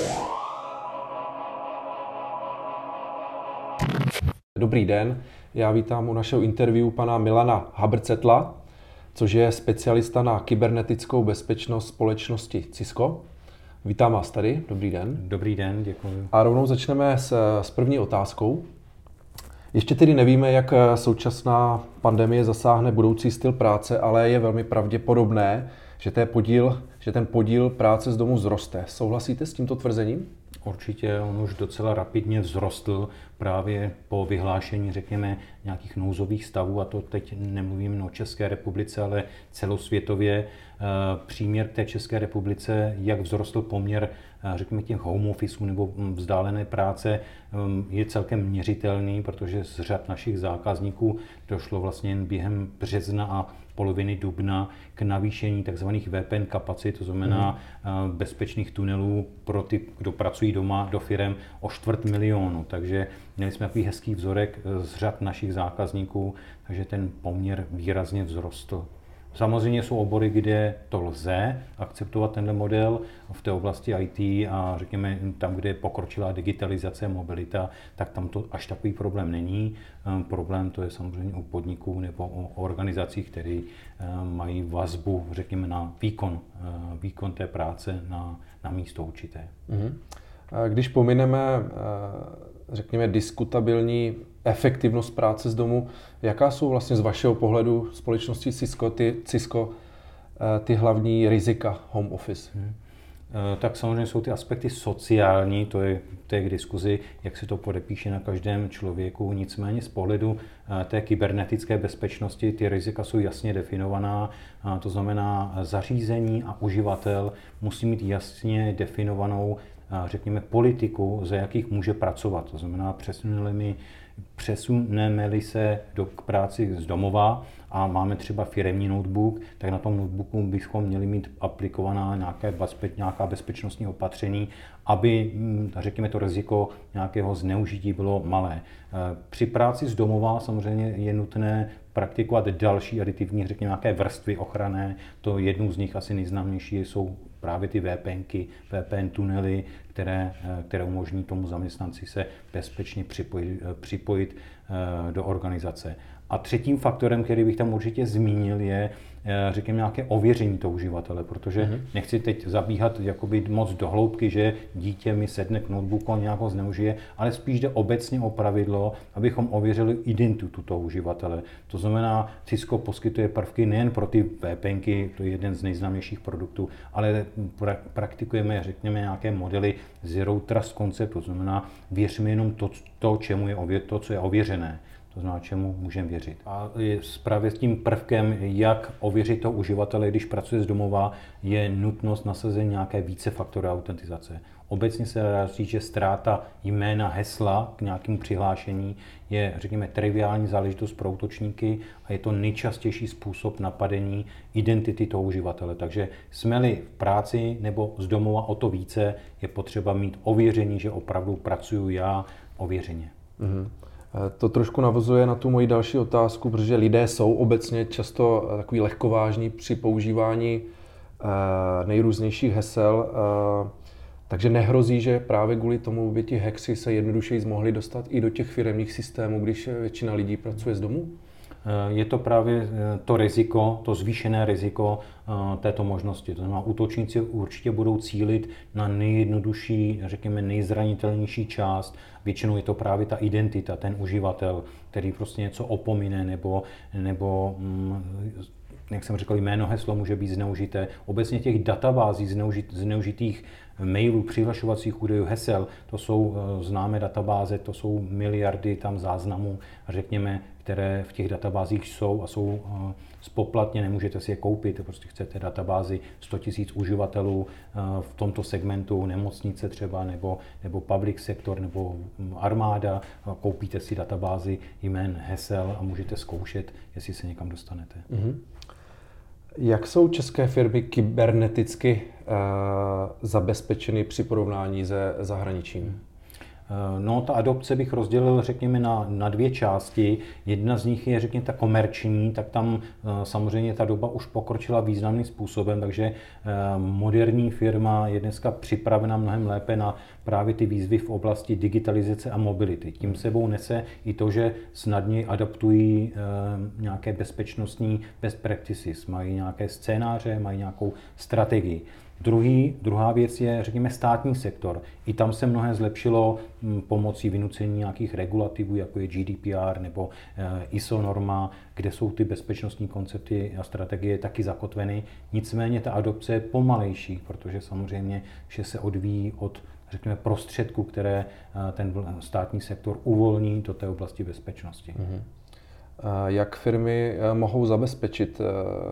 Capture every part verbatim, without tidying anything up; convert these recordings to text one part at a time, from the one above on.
Dobrý den, já vítám u našeho interview pana Milana Habrcetla, což je specialista na kybernetickou bezpečnost společnosti Cisco. Vítám vás tady, dobrý den. Dobrý den, děkuji. A rovnou začneme s, s první otázkou. Ještě tedy nevíme, jak současná pandemie zasáhne budoucí styl práce, ale je velmi pravděpodobné, že ten podíl, že ten podíl práce z domu vzroste. Souhlasíte s tímto tvrzením? Určitě, on už docela rapidně vzrostl právě po vyhlášení, řekněme, nějakých nouzových stavů, a to teď nemluvím o České republice, ale celosvětově. Příměr té České republice, jak vzrostl poměr, řekněme, těch home officeů nebo vzdálené práce, je celkem měřitelný, protože z řad našich zákazníků došlo vlastně jen během března a poloviny dubna k navýšení tzv. V P N kapacit, to znamená mm. bezpečných tunelů pro ty, kdo pracují doma, do firem o čtvrt milionu. Takže měli jsme takový hezký vzorek z řad našich zákazníků, takže ten poměr výrazně vzrostl. Samozřejmě jsou obory, kde to lze akceptovat tenhle model v té oblasti I T a řekněme tam, kde je pokročilá digitalizace, mobilita, tak tam to až takový problém není. Problém to je samozřejmě u podniků nebo u organizací, které mají vazbu, řekněme, na výkon, výkon té práce na, na místo určité. Když pomineme, řekněme, diskutabilní efektivnost práce z domu, jaká jsou vlastně z vašeho pohledu společnosti Cisco ty, Cisco, ty hlavní rizika home office? Hmm. Tak samozřejmě jsou ty aspekty sociální, to je, to je k diskuzi, jak se to podepíše na každém člověku. Nicméně z pohledu té kybernetické bezpečnosti ty rizika jsou jasně definovaná. To znamená, zařízení a uživatel musí mít jasně definovanou, řekněme, politiku, za jakých může pracovat. To znamená, přesuneme přesuneme-li se do, k práci z domova a máme třeba firemní notebook, tak na tom notebooku bychom měli mít aplikovaná nějaké bezpeč, nějaká bezpečnostní opatření, aby, řekněme, to riziko nějakého zneužití bylo malé. Při práci z domova samozřejmě je nutné praktikovat další aditivní, řekněme, nějaké vrstvy ochranné. To jednou z nich asi nejznámější jsou právě ty V P N ky, V P N tunely, které, které umožní tomu zaměstnanci se bezpečně připojit, připojit do organizace. A třetím faktorem, který bych tam určitě zmínil, je, řekněme, nějaké ověření toho uživatele, protože mm-hmm. nechci teď zabíhat jakoby moc do hloubky, že dítě mi sedne k notebooku a nějak ho zneužije, ale spíš jde obecně o pravidlo, abychom ověřili identitu toho uživatele. To znamená, Cisco poskytuje prvky nejen pro ty V P N ky, to je jeden z nejznámějších produktů, ale pra- praktikujeme, řekněme, nějaké modely Zero Trust konceptu, to znamená, věřme jenom to, to, čemu je ově- to, co je ověřené. To znamená, čemu můžeme věřit. A právě s tím prvkem, jak ověřit toho uživatele, když pracuje z domova, je nutnost nasazení nějaké vícefaktory autentizace. Obecně se dá říct, že ztráta jména, hesla k nějakému přihlášení je, řekněme, triviální záležitost pro útočníky a je to nejčastější způsob napadení identity toho uživatele. Takže jsme-li v práci nebo z domova, o to více je potřeba mít ověření, že opravdu pracuju já ověřeně. Mm-hmm. To trošku navazuje na tu moji další otázku, protože lidé jsou obecně často takový lehkovážní při používání nejrůznějších hesel, takže nehrozí, že právě kvůli tomu by ti hackři se jednodušeji mohli dostat i do těch firemních systémů, když většina lidí pracuje z domu? Je to právě to riziko, to zvýšené riziko této možnosti. To znamená, útočníci určitě budou cílit na nejjednodušší, řekněme, nejzranitelnější část. Většinou je to právě ta identita, ten uživatel, který prostě něco opomine nebo, nebo jak jsem řekl, jméno, heslo může být zneužité. Obecně těch databází zneužit, zneužitých mailů, přihlašovacích údajů, hesel, to jsou známé databáze, to jsou miliardy tam záznamů, řekněme, které v těch databázích jsou a jsou spoplatně, nemůžete si je koupit, prostě chcete databázi sto tisíc uživatelů v tomto segmentu, nemocnice třeba, nebo, nebo public sektor, nebo armáda, koupíte si databázi jmén, hesel a můžete zkoušet, jestli se někam dostanete. Mm-hmm. Jak jsou české firmy kyberneticky uh, zabezpečeny při porovnání se zahraničím? No, ta adopce bych rozdělil, řekněme, na, na dvě části. Jedna z nich je, řekněme, ta komerční, tak tam samozřejmě ta doba už pokročila významným způsobem, takže moderní firma je dneska připravena mnohem lépe na právě ty výzvy v oblasti digitalizace a mobility. Tím sebou nese i to, že snadněji adaptují nějaké bezpečnostní best practices, mají nějaké scénáře, mají nějakou strategii. Druhý, druhá věc je, řekněme, státní sektor. I tam se mnohé zlepšilo pomocí vynucení nějakých regulativů, jako je G D P R nebo I S O norma, kde jsou ty bezpečnostní koncepty a strategie taky zakotveny. Nicméně ta adopce je pomalejší, protože samozřejmě vše se odvíjí od, řekněme, prostředků, které ten státní sektor uvolní do té oblasti bezpečnosti. Mhm. Jak firmy mohou zabezpečit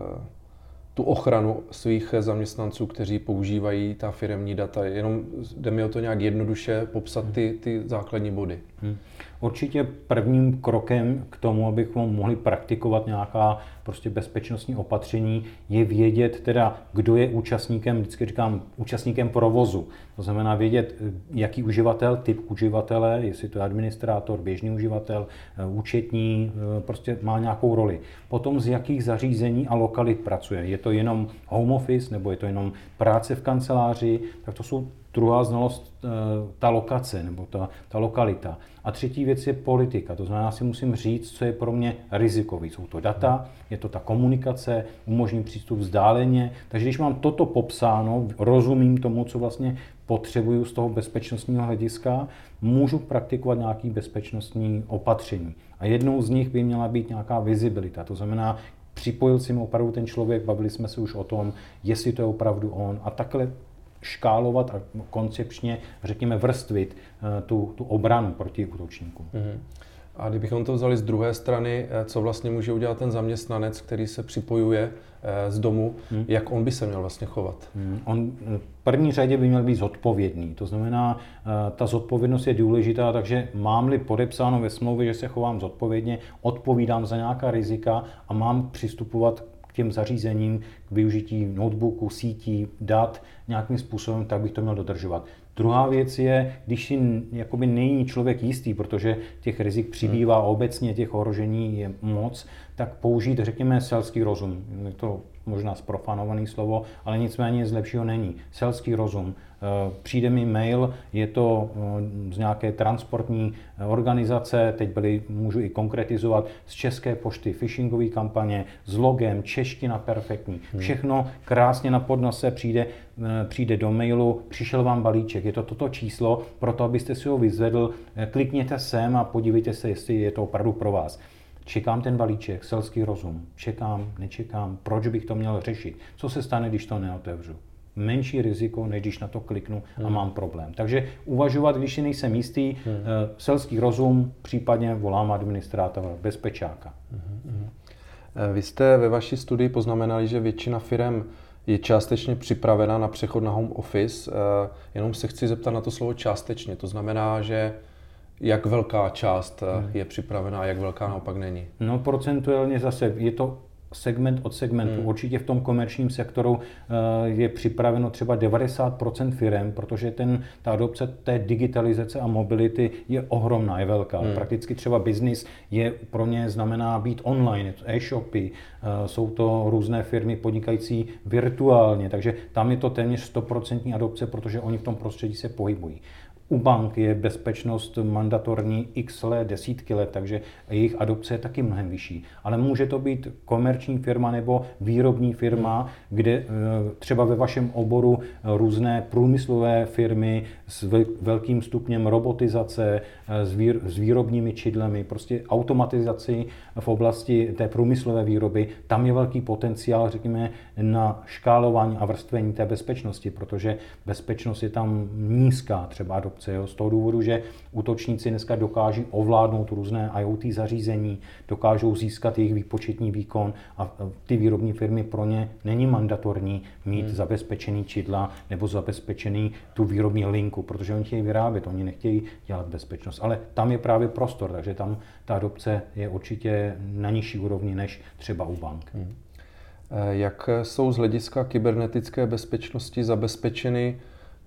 tu ochranu svých zaměstnanců, kteří používají ta firemní data? Jenom jde mi o to nějak jednoduše popsat ty, ty základní body. Hmm. Určitě prvním krokem k tomu, abychom mohli praktikovat nějaká prostě bezpečnostní opatření, je vědět teda, kdo je účastníkem, vždycky říkám, účastníkem provozu. To znamená vědět, jaký uživatel, typ uživatele, jestli to je administrátor, běžný uživatel, účetní, prostě má nějakou roli. Potom z jakých zařízení a lokalit pracuje. Je to jenom home office, nebo je to jenom práce v kanceláři, tak to jsou druhá znalost, ta lokace nebo ta, ta lokalita. A třetí věc je politika, to znamená, si musím říct, co je pro mě rizikový. Jsou to data, je to ta komunikace, umožní přístup vzdáleně. Takže když mám toto popsáno, rozumím tomu, co vlastně potřebuju z toho bezpečnostního hlediska, můžu praktikovat nějaké bezpečnostní opatření. A jednou z nich by měla být nějaká vizibilita, to znamená, připojil si mi opravdu ten člověk, bavili jsme se už o tom, jestli to je opravdu on a takhle škálovat a koncepčně, řekněme, vrstvit tu, tu obranu proti útočníkům. Mm-hmm. A kdybychom to vzali z druhé strany, co vlastně může udělat ten zaměstnanec, který se připojuje z domu, hmm. jak on by se měl vlastně chovat? Hmm. On v první řadě by měl být zodpovědný. To znamená, ta zodpovědnost je důležitá, takže mám-li podepsáno ve smlouvě, že se chovám zodpovědně, odpovídám za nějaká rizika a mám přistupovat k těm zařízením, k využití notebooku, sítí, dat nějakým způsobem, tak bych to měl dodržovat. Druhá věc je, když si jakoby není člověk jistý, protože těch rizik přibývá hmm. obecně, těch ohrožení je moc, tak použít, řekněme, selský rozum. Je to možná zprofanované slovo, ale nicméně nic lepšího není. Selský rozum. Přijde mi mail, je to z nějaké transportní organizace, teď byly, můžu i konkretizovat, z České pošty, phishingové kampaně, s logem, čeština perfektní. Všechno krásně na podnose přijde, přijde do mailu, přišel vám balíček, je to toto číslo, proto abyste si ho vyzvedl, klikněte sem a podívejte se, jestli je to opravdu pro vás. Čekám ten balíček, selský rozum, čekám, nečekám, proč bych to měl řešit, co se stane, když to neotevřu. Menší riziko, než když na to kliknu a hmm. mám problém. Takže uvažovat, když si nejsem jistý, hmm. selský rozum, případně volám administrátora, bezpečáka. Hmm. Vy jste ve vaší studii poznamenali, že většina firem je částečně připravena na přechod na home office. Jenom se chci zeptat na to slovo částečně. To znamená, že jak velká část je připravená a jak velká naopak není? No procentuálně zase je to segment od segmentu. Hmm. Určitě v tom komerčním sektoru je připraveno třeba devadesát procent firem, protože ten, ta adopce té digitalizace a mobility je ohromná, je velká. Hmm. Prakticky třeba biznis je pro ně znamená být online, e-shopy, jsou to různé firmy podnikající virtuálně, takže tam je to téměř sto procent adopce, protože oni v tom prostředí se pohybují. U bank je bezpečnost mandatorní x let, desítky let, takže jejich adopce je taky mnohem vyšší. Ale může to být komerční firma nebo výrobní firma, kde třeba ve vašem oboru různé průmyslové firmy s velkým stupněm robotizace, s výrobními čidlemi, prostě automatizaci v oblasti té průmyslové výroby. Tam je velký potenciál, řekněme, na škálování a vrstvení té bezpečnosti, protože bezpečnost je tam nízká, třeba adopce. Z toho důvodu, že útočníci dneska dokáží ovládnout různé I O T zařízení, dokážou získat jejich výpočetní výkon a ty výrobní firmy pro ně není mandatorní mít hmm. zabezpečený čidla nebo zabezpečený tu výrobní linku, protože oni chtějí vyrábět, oni nechtějí dělat bezpečnost. Ale tam je právě prostor, takže tam ta adopce je určitě na nižší úrovni než třeba u bank. Hmm. Jak jsou z hlediska kybernetické bezpečnosti zabezpečeny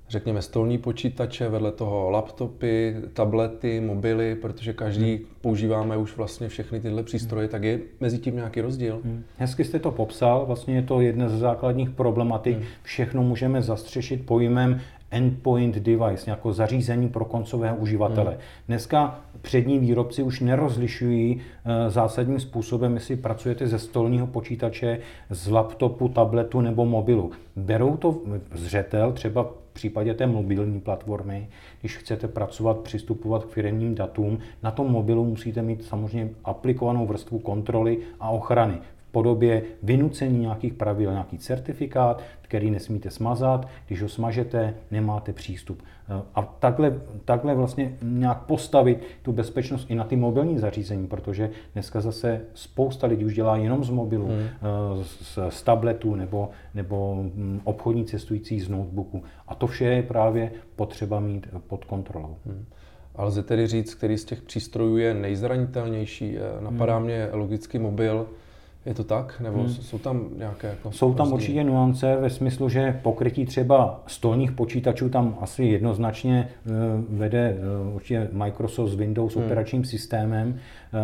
řekněme, stolní počítače, vedle toho laptopy, tablety, mobily, protože každý hmm. používáme už vlastně všechny tyhle přístroje, tak je mezi tím nějaký rozdíl. Hmm. Hezky jste to popsal, vlastně je to jedna ze základních problematik. Hmm. Všechno můžeme zastřešit pojmem endpoint device, jako zařízení pro koncového uživatele. Hmm. Dneska přední výrobci už nerozlišují e, zásadním způsobem, jestli pracujete ze stolního počítače, z laptopu, tabletu nebo mobilu. Berou to zřetel, třeba v případě té mobilní platformy, když chcete pracovat, přistupovat k firemním datům, na tom mobilu musíte mít samozřejmě aplikovanou vrstvu kontroly a ochrany. V podobě vynucení nějakých pravidel, nějaký certifikát, který nesmíte smazat, když ho smažete, nemáte přístup. A takhle, takhle vlastně nějak postavit tu bezpečnost i na ty mobilní zařízení, protože dneska zase spousta lidí už dělá jenom z mobilu, hmm. z, z tabletu nebo, nebo obchodní cestující z notebooku. A to vše je právě potřeba mít pod kontrolou. Hmm. Ale lze tedy říct, který z těch přístrojů je nejzranitelnější? Napadá hmm. mě logicky mobil. Je to tak? Nebo hmm. jsou tam nějaké jako Jsou tam rozdíly? Určitě nuance ve smyslu, že pokrytí třeba stolních počítačů tam asi jednoznačně vede určitě Microsoft s Windows hmm. operačním systémem.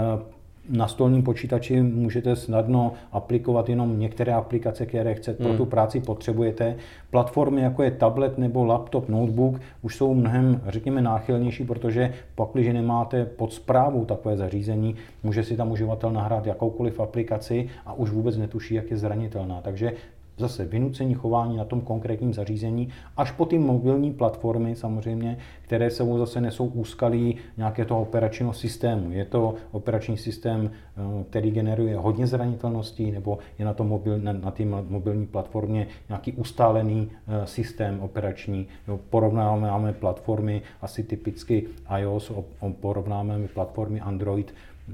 Na stolním počítači můžete snadno aplikovat jenom některé aplikace, které chcete, hmm. pro tu práci potřebujete. Platformy, jako je tablet nebo laptop, notebook, už jsou mnohem, řekněme, náchylnější, protože pakliže nemáte pod správou takové zařízení, může si tam uživatel nahrát jakoukoliv aplikaci a už vůbec netuší, jak je zranitelná. Takže zase vynucení chování na tom konkrétním zařízení, až po ty mobilní platformy samozřejmě, které sebou zase nesou úskalí nějakého toho operačního systému. Je to operační systém, který generuje hodně zranitelností, nebo je na, tom mobil, na, na té mobilní platformě nějaký ustálený systém operační. Porovnáváme platformy, asi typicky iOS, porovnáváme platformy Android,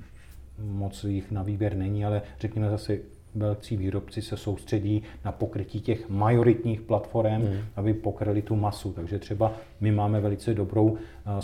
moc jich na výběr není, ale řekněme zase velcí výrobci se soustředí na pokrytí těch majoritních platform, hmm. aby pokryli tu masu. Takže třeba my máme velice dobrou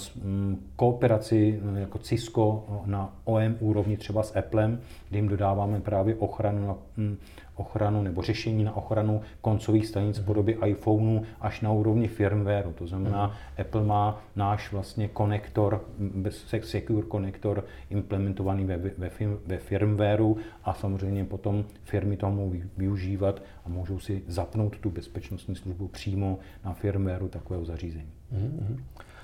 kooperaci jako Cisco na O E M úrovni třeba s Applem, kde jim dodáváme právě ochranu na ochranu nebo řešení na ochranu koncových stanic v podobě iPhoneu až na úrovni firmwareu. To znamená, mm. Apple má náš vlastně konektor, Secure konektor implementovaný ve, ve, ve firmwareu a samozřejmě potom firmy to mohou využívat a můžou si zapnout tu bezpečnostní službu přímo na firmwareu takového zařízení. Mm.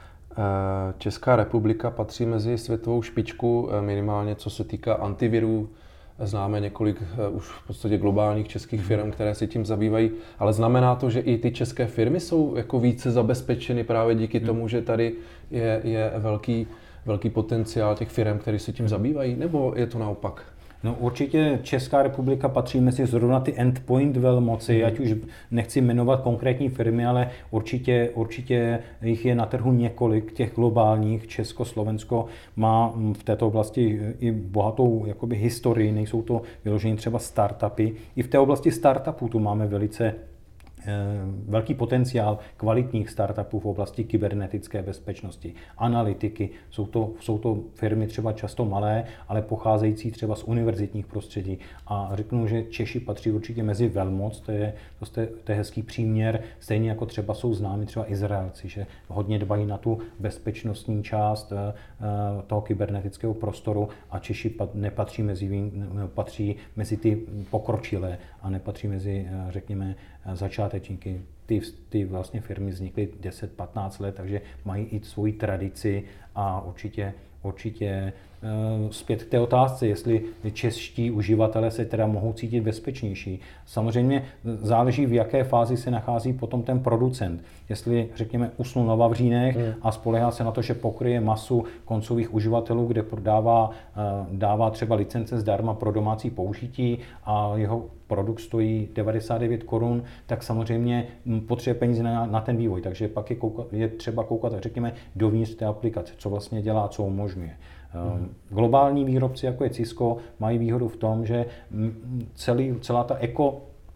Česká republika patří mezi světovou špičku minimálně co se týká antivirů. Známe několik už v podstatě globálních českých firm, které se tím zabývají, ale znamená to, že i ty české firmy jsou jako více zabezpečeny právě díky tomu, že tady je, je velký, velký potenciál těch firm, které se tím zabývají, nebo je to naopak? No určitě Česká republika patří mezi zrovna ty endpoint velmoci, mm. ať už nechci jmenovat konkrétní firmy, ale určitě, určitě jich je na trhu několik těch globálních. Česko, Slovensko má v této oblasti i bohatou jakoby historii, nejsou to vyloženě třeba startupy. I v té oblasti startupů tu máme velice velký potenciál kvalitních startupů v oblasti kybernetické bezpečnosti, analytiky. Jsou to, jsou to firmy třeba často malé, ale pocházející třeba z univerzitních prostředí. A řeknu, že Češi patří určitě mezi velmoc, to je, to je, to je hezký příměr, stejně jako třeba jsou známi třeba Izraelci, že hodně dbají na tu bezpečnostní část toho kybernetického prostoru a Češi nepatří mezi, patří mezi ty pokročilé a nepatří mezi, řekněme, začátečníky. Ty, ty vlastně firmy vznikly deset patnáct let, takže mají i svoji tradici a určitě, určitě zpět k té otázce, jestli čeští uživatelé se teda mohou cítit bezpečnější. Samozřejmě záleží, v jaké fázi se nachází potom ten producent. Jestli, řekněme, usnul na vavřínech hmm. a spolehá se na to, že pokryje masu koncových uživatelů, kde prodává, dává třeba licence zdarma pro domácí použití a jeho produkt stojí devadesát devět korun, tak samozřejmě potřebuje peníze na, na ten vývoj. Takže pak je, koukat, je třeba koukat, řekněme, dovnitř té aplikace, co vlastně dělá, co umožňuje. Hmm. Globální výrobci, jako je Cisco, mají výhodu v tom, že celý, celá ta eko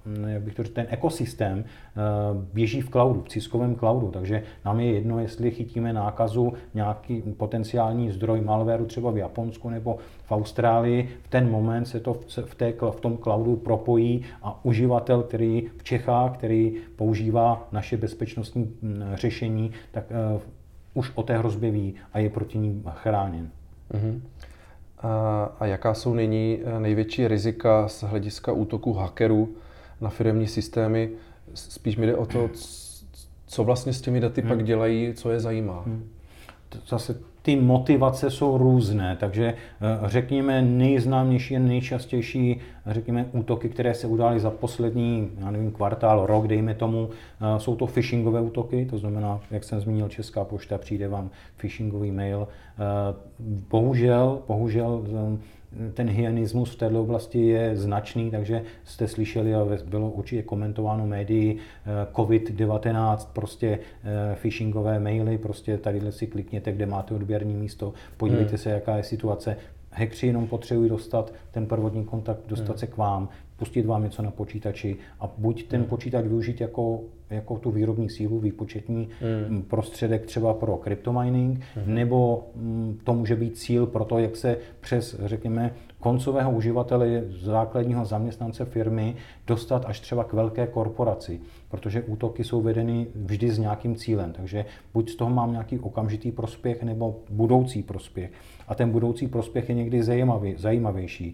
jak bych to řekl, ten ekosystém běží v cloudu, v ciskovém cloudu, takže nám je jedno, jestli chytíme nákazu, nějaký potenciální zdroj malwareu třeba v Japonsku nebo v Austrálii, v ten moment se to v, té, v tom cloudu propojí a uživatel, který v Čechách, který používá naše bezpečnostní řešení, tak uh, už o té hrozbě ví a je proti ní chráněn. Uh-huh. A, a jaká jsou nyní největší rizika z hlediska útoku hackerů na firemní systémy? Spíš mi jde o to, co vlastně s těmi daty hmm. pak dělají, co je zajímá. Hmm. Zase ty motivace jsou různé, takže řekněme nejznámější a nejčastější řekněme útoky, které se udály za poslední, já nevím, kvartál, rok, dejme tomu, jsou to phishingové útoky, to znamená, jak jsem zmínil, Česká pošta, přijde vám phishingový mail. Bohužel, bohužel ten hyenismus v této oblasti je značný, takže jste slyšeli a bylo určitě komentováno médií covid devatenáct, prostě phishingové maily, prostě tadyhle si klikněte, kde máte odběrní místo, podívejte hmm. se, jaká je situace. Hackři jenom potřebují dostat ten prvotní kontakt, dostat hmm. se k vám, pustit vám něco na počítači a buď ten hmm. počítač využít jako, jako tu výrobní sílu, výpočetní hmm. prostředek třeba pro cryptomining, hmm. nebo m, to může být cíl pro to, jak se přes, řekněme, koncového uživatele, základního zaměstnance firmy dostat až třeba k velké korporaci, protože útoky jsou vedeny vždy s nějakým cílem, takže buď z toho mám nějaký okamžitý prospěch nebo budoucí prospěch. A ten budoucí prospěch je někdy zajímavý, zajímavější.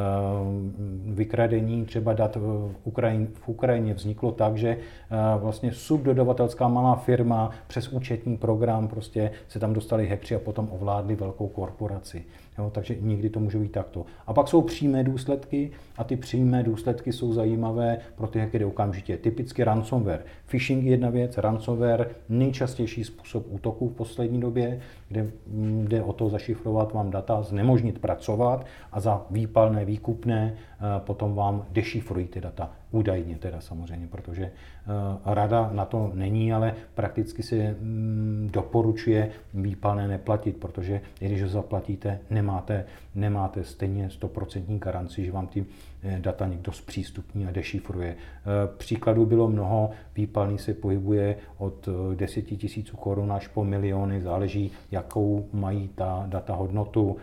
Vykradení třeba dat v Ukrajině, v Ukrajině vzniklo tak, že vlastně subdodavatelská malá firma přes účetní program prostě se tam dostali hackři a potom ovládli velkou korporaci. Jo, takže někdy to může být takto. A pak jsou přímé důsledky a ty přímé důsledky jsou zajímavé pro ty hackery okamžitě. Typicky ransomware. Phishing je jedna věc, ransomware nejčastější způsob útoku v poslední době, kde jde o to zašifrovat vám data, znemožnit pracovat a za výpalné, výkupné potom vám dešifrují ty data. Údajně teda samozřejmě, protože rada na to není, ale prakticky se doporučuje výpalné neplatit, protože když ho zaplatíte, nemáte, nemáte stejně sto procent garanci, že vám ty data někdo zpřístupní a dešifruje. Příkladů bylo mnoho, výpalný se pohybuje od deseti tisíců korun až po miliony, záleží, jakou mají ta data hodnotu.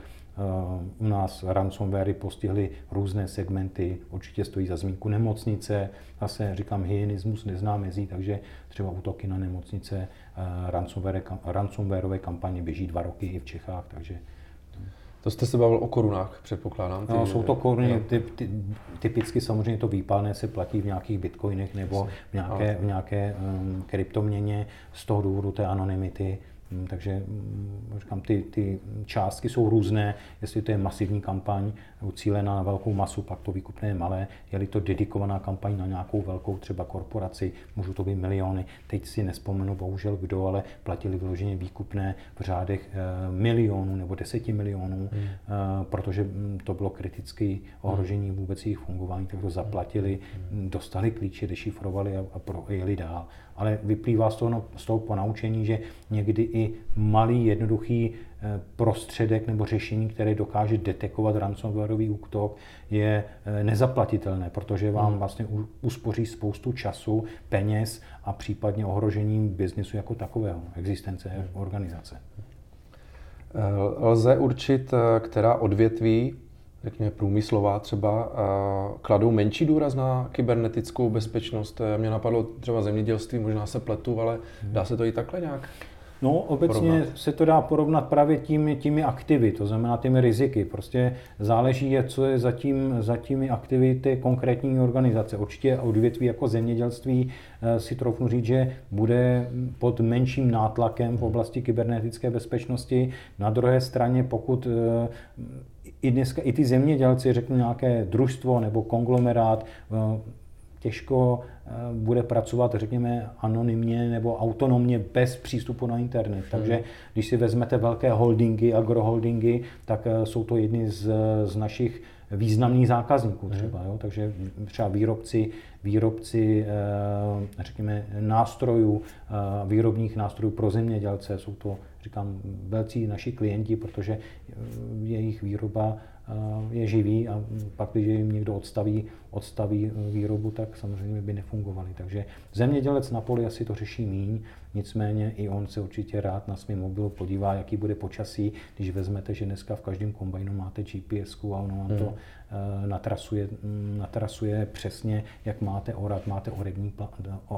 U nás ransomwary postihly různé segmenty, určitě stojí za zmínku nemocnice, zase říkám, hyenismus nezná mezí, takže třeba útoky na nemocnice, ransomwareové kampaně běží dva roky i v Čechách, takže... To jste se bavil o korunách, předpokládám. Ty, no, jsou to koruny, ty, ty, typicky samozřejmě to výpalné se platí v nějakých bitcoinech nebo v nějaké, v nějaké um, kryptoměně z toho důvodu té anonymity. Takže říkám, ty, ty částky jsou různé, jestli to je masivní kampaň ucílená na velkou masu, pak to výkupné je malé, je-li to dedikovaná kampaň na nějakou velkou třeba korporaci, můžou to být miliony. Teď si nespomenu bohužel kdo, ale platili vyloženě výkupné v řádech e, milionů nebo deseti milionů, hmm. e, protože to bylo kritické ohrožení vůbec jejich fungování, tak to zaplatili, hmm. dostali klíče, dešifrovali a, a projeli dál. Ale vyplývá z toho, z toho ponaučení, že někdy i malý, jednoduchý prostředek nebo řešení, které dokáže detekovat ransomwareový útok, je nezaplatitelné, protože vám vlastně uspoří spoustu času, peněz a případně ohrožení biznesu jako takového, existence organizace. Lze určit, která odvětví, řekněme průmyslová třeba, kladou menší důraz na kybernetickou bezpečnost? Mě napadlo třeba zemědělství, možná se pletu, ale dá se to i takhle nějak No, obecně porovnat. Se to dá porovnat právě tím, těmi aktivy, to znamená těmi riziky. Prostě záleží, co je za, tím, za těmi aktivity konkrétní organizace. Určitě odvětví jako zemědělství si troufnu říct, že bude pod menším nátlakem v oblasti kybernetické bezpečnosti. Na druhé straně, pokud i dneska i ty zemědělci, řeknu nějaké družstvo nebo konglomerát, těžko bude pracovat, řekněme, anonymně nebo autonomně bez přístupu na internet. Takže když si vezmete velké holdingy, agroholdingy, tak jsou to jedny z, z našich významných zákazníků třeba. Jo? Takže třeba výrobci výrobci, řekněme, nástrojů, výrobních nástrojů pro zemědělce. Jsou to, říkám, velcí naši klienti, protože jejich výroba je živý a pak, když jim někdo odstaví, odstaví výrobu, tak samozřejmě by nefungovaly. Takže zemědělec na poli asi to řeší míň, nicméně i on se určitě rád na svém mobilu podívá, jaký bude počasí, když vezmete, že dneska v každém kombajnu máte G P S ku a ono vám to hmm. natrasuje, natrasuje přesně, jak máte orat, máte orební plán,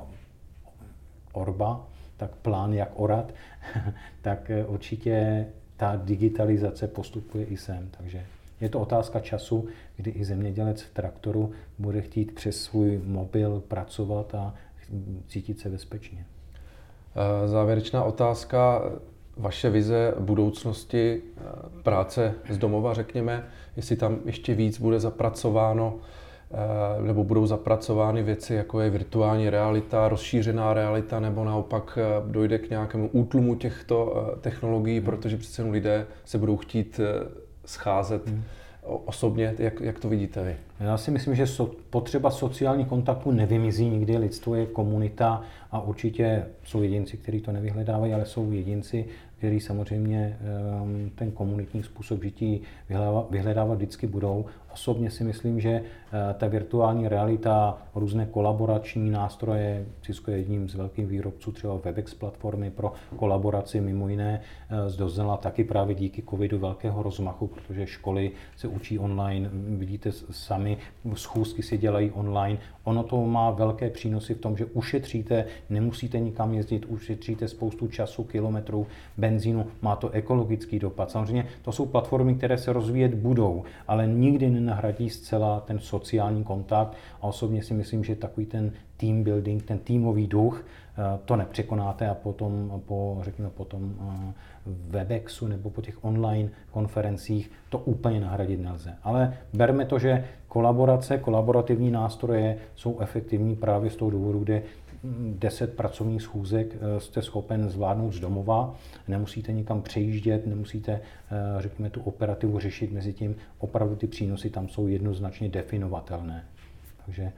orba, tak plán, jak orat, tak určitě ta digitalizace postupuje i sem. Takže je to otázka času, kdy i zemědělec v traktoru bude chtít přes svůj mobil pracovat a cítit se bezpečně. Závěrečná otázka, vaše vize budoucnosti práce z domova, řekněme, jestli tam ještě víc bude zapracováno, nebo budou zapracovány věci, jako je virtuální realita, rozšířená realita, nebo naopak dojde k nějakému útlumu těchto technologií, hmm. protože přece lidé se budou chtít scházet hmm. osobně. Jak, jak to vidíte vy? Já si myslím, že so, potřeba sociální kontaktu nevymizí nikdy. Lidstvo je komunita a určitě jsou jedinci, kteří to nevyhledávají, ale jsou jedinci, kteří samozřejmě um, ten komunitní způsob žití vyhledávat, vyhledávat vždycky budou. Osobně si myslím, že uh, ta virtuální realita, různé kolaborační nástroje, Cisco je jedním z velkých výrobců třeba Webex platformy pro kolaboraci, mimo jiné uh, doznala taky právě díky covidu velkého rozmachu, protože školy se učí online, vidíte sami, schůzky si dělají online. Ono to má velké přínosy v tom, že ušetříte, nemusíte nikam jezdit, ušetříte spoustu času, kilometrů, benzínu, má to ekologický dopad. Samozřejmě to jsou platformy, které se rozvíjet budou, ale nikdy nenahradí zcela ten sociální kontakt a osobně si myslím, že takový ten team building, ten týmový duch, to nepřekonáte a potom po, řekněme, potom Webexu nebo po těch online konferencích to úplně nahradit nelze. Ale berme to, že kolaborace, kolaborativní nástroje jsou efektivní právě z toho důvodu, kde deset pracovních schůzek jste schopen zvládnout z domova, nemusíte nikam přejíždět, nemusíte, řekněme, tu operativu řešit, mezi tím opravdu ty přínosy tam jsou jednoznačně definovatelné. Takže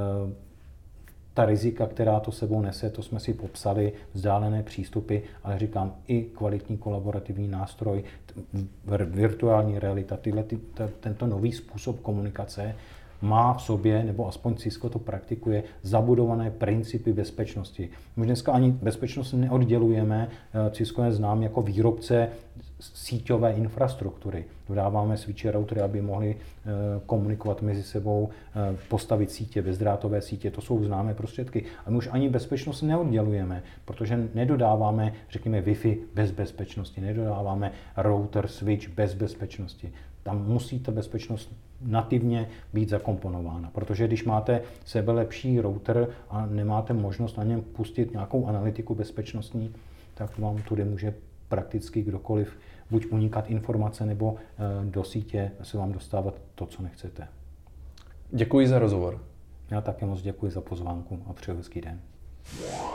ta rizika, která to sebou nese, to jsme si popsali, vzdálené přístupy, ale říkám i kvalitní kolaborativní nástroj, virtuální realita, tyhle, ty, tento nový způsob komunikace má v sobě, nebo aspoň Cisco to praktikuje, zabudované principy bezpečnosti. My dneska ani bezpečnost neoddělujeme, Cisco je znám jako výrobce síťové infrastruktury. Dodáváme switche, routery, aby mohli komunikovat mezi sebou, postavit sítě, bezdrátové sítě, to jsou známé prostředky. A my už ani bezpečnost neoddělujeme, protože nedodáváme, řekněme, Wi-Fi bez bezpečnosti, nedodáváme router, switch bez bezpečnosti. Tam musí ta bezpečnost nativně být zakomponována, protože když máte sebelepší router a nemáte možnost na něm pustit nějakou analytiku bezpečnostní, tak vám tudy může prakticky kdokoliv buď unikat informace, nebo do sítě se vám dostávat to, co nechcete. Děkuji za rozhovor. Já také moc děkuji za pozvánku a přeji hezký den.